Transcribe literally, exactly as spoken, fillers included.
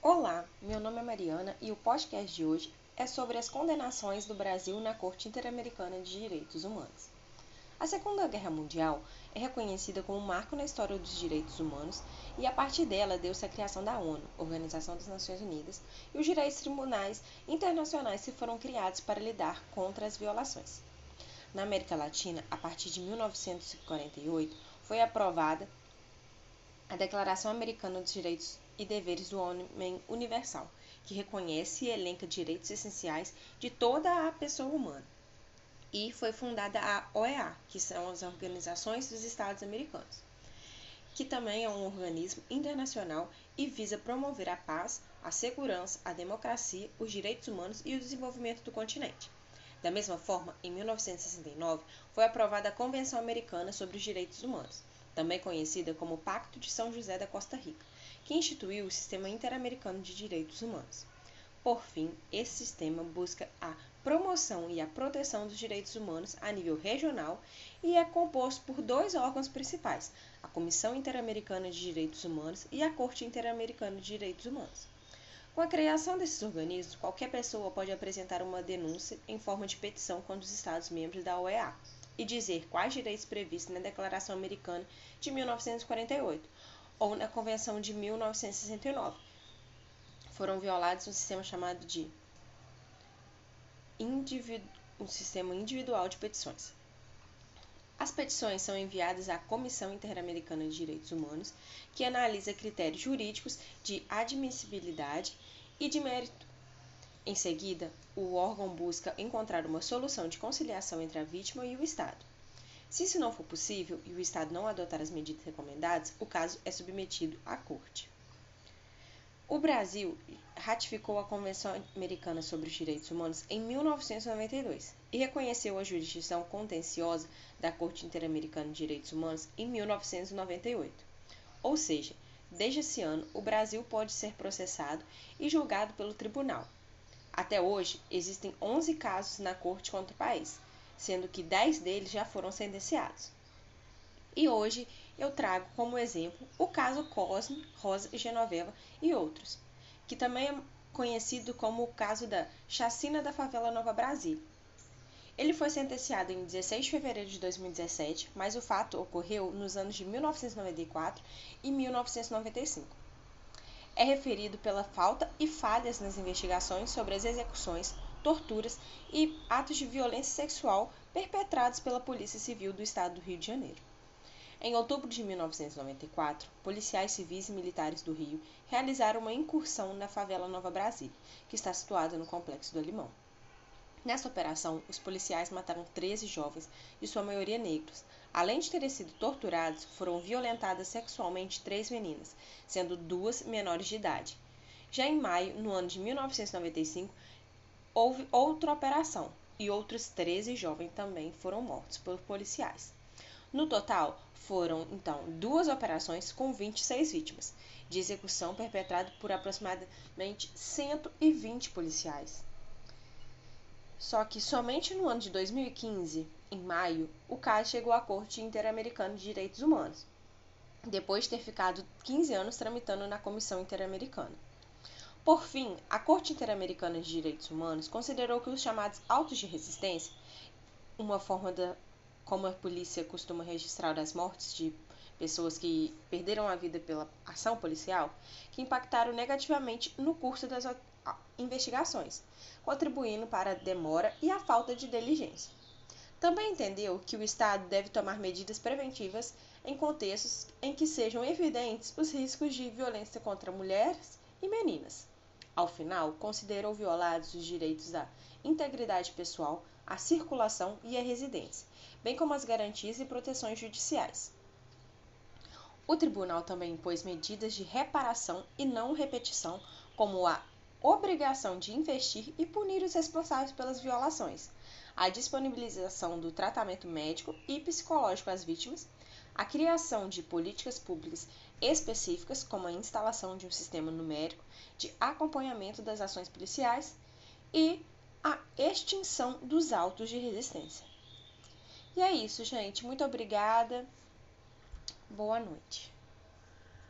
Olá, meu nome é Mariana e o podcast de hoje é sobre as condenações do Brasil na Corte Interamericana de Direitos Humanos. A Segunda Guerra Mundial é reconhecida como um marco na história dos direitos humanos e a partir dela deu-se a criação da ONU, Organização das Nações Unidas, e os direitos tribunais internacionais que foram criados para lidar contra as violações. Na América Latina, a partir de mil novecentos e quarenta e oito, foi aprovada a Declaração Americana dos Direitos e Deveres do Homem Universal, que reconhece e elenca direitos essenciais de toda a pessoa humana. E foi fundada a O E A, que são as Organizações dos Estados Americanos, que também é um organismo internacional e visa promover a paz, a segurança, a democracia, os direitos humanos e o desenvolvimento do continente. Da mesma forma, em mil novecentos e sessenta e nove, foi aprovada a Convenção Americana sobre os Direitos Humanos, também conhecida como Pacto de São José da Costa Rica, que instituiu o Sistema Interamericano de Direitos Humanos. Por fim, esse sistema busca a promoção e a proteção dos direitos humanos a nível regional e é composto por dois órgãos principais, a Comissão Interamericana de Direitos Humanos e a Corte Interamericana de Direitos Humanos. Com a criação desses organismos, qualquer pessoa pode apresentar uma denúncia em forma de petição contra os Estados-membros da O E A e dizer quais direitos previstos na Declaração Americana de mil novecentos e quarenta e oito ou na Convenção de mil novecentos e sessenta e nove foram violados no sistema chamado de individu- um sistema individual de petições. As petições são enviadas à Comissão Interamericana de Direitos Humanos, que analisa critérios jurídicos de admissibilidade e de mérito. Em seguida, o órgão busca encontrar uma solução de conciliação entre a vítima e o Estado. Se isso não for possível e o Estado não adotar as medidas recomendadas, o caso é submetido à Corte. O Brasil ratificou a Convenção Americana sobre os Direitos Humanos em mil novecentos e noventa e dois e reconheceu a jurisdição contenciosa da Corte Interamericana de Direitos Humanos em mil novecentos e noventa e oito. Ou seja, desde esse ano, o Brasil pode ser processado e julgado pelo tribunal. Até hoje, existem onze casos na Corte contra o país, sendo que dez deles já foram sentenciados. E hoje eu trago como exemplo o caso Cosme, Rosa e Genoveva e outros, que também é conhecido como o caso da Chacina da Favela Nova Brasília. Ele foi sentenciado em dezesseis de fevereiro de dois mil e dezessete, mas o fato ocorreu nos anos de mil novecentos e noventa e quatro e mil novecentos e noventa e cinco. É referido pela falta e falhas nas investigações sobre as execuções, torturas e atos de violência sexual perpetrados pela Polícia Civil do Estado do Rio de Janeiro. Em outubro de mil novecentos e noventa e quatro, policiais civis e militares do Rio realizaram uma incursão na favela Nova Brasília, que está situada no Complexo do Alemão. Nessa operação, os policiais mataram treze jovens, de sua maioria negros. Além de terem sido torturados, foram violentadas sexualmente três meninas, sendo duas menores de idade. Já em maio, no ano de mil novecentos e noventa e cinco, houve outra operação, e outros treze jovens também foram mortos por policiais. No total, foram, então, duas operações com vinte e seis vítimas, de execução perpetrada por aproximadamente cento e vinte policiais. Só que somente no ano de dois mil e quinze, em maio, o caso chegou à Corte Interamericana de Direitos Humanos, depois de ter ficado quinze anos tramitando na Comissão Interamericana. Por fim, a Corte Interamericana de Direitos Humanos considerou que os chamados autos de resistência, uma forma da como a polícia costuma registrar as mortes de pessoas que perderam a vida pela ação policial, que impactaram negativamente no curso das investigações, contribuindo para a demora e a falta de diligência. Também entendeu que o Estado deve tomar medidas preventivas em contextos em que sejam evidentes os riscos de violência contra mulheres e meninas. Ao final, considerou violados os direitos à integridade pessoal, à circulação e à residência, bem como as garantias e proteções judiciais. O tribunal também impôs medidas de reparação e não repetição, como a obrigação de investir e punir os responsáveis pelas violações, a disponibilização do tratamento médico e psicológico às vítimas, a criação de políticas públicas específicas, como a instalação de um sistema numérico de acompanhamento das ações policiais e a extinção dos autos de resistência. E é isso, gente. Muito obrigada. Boa noite.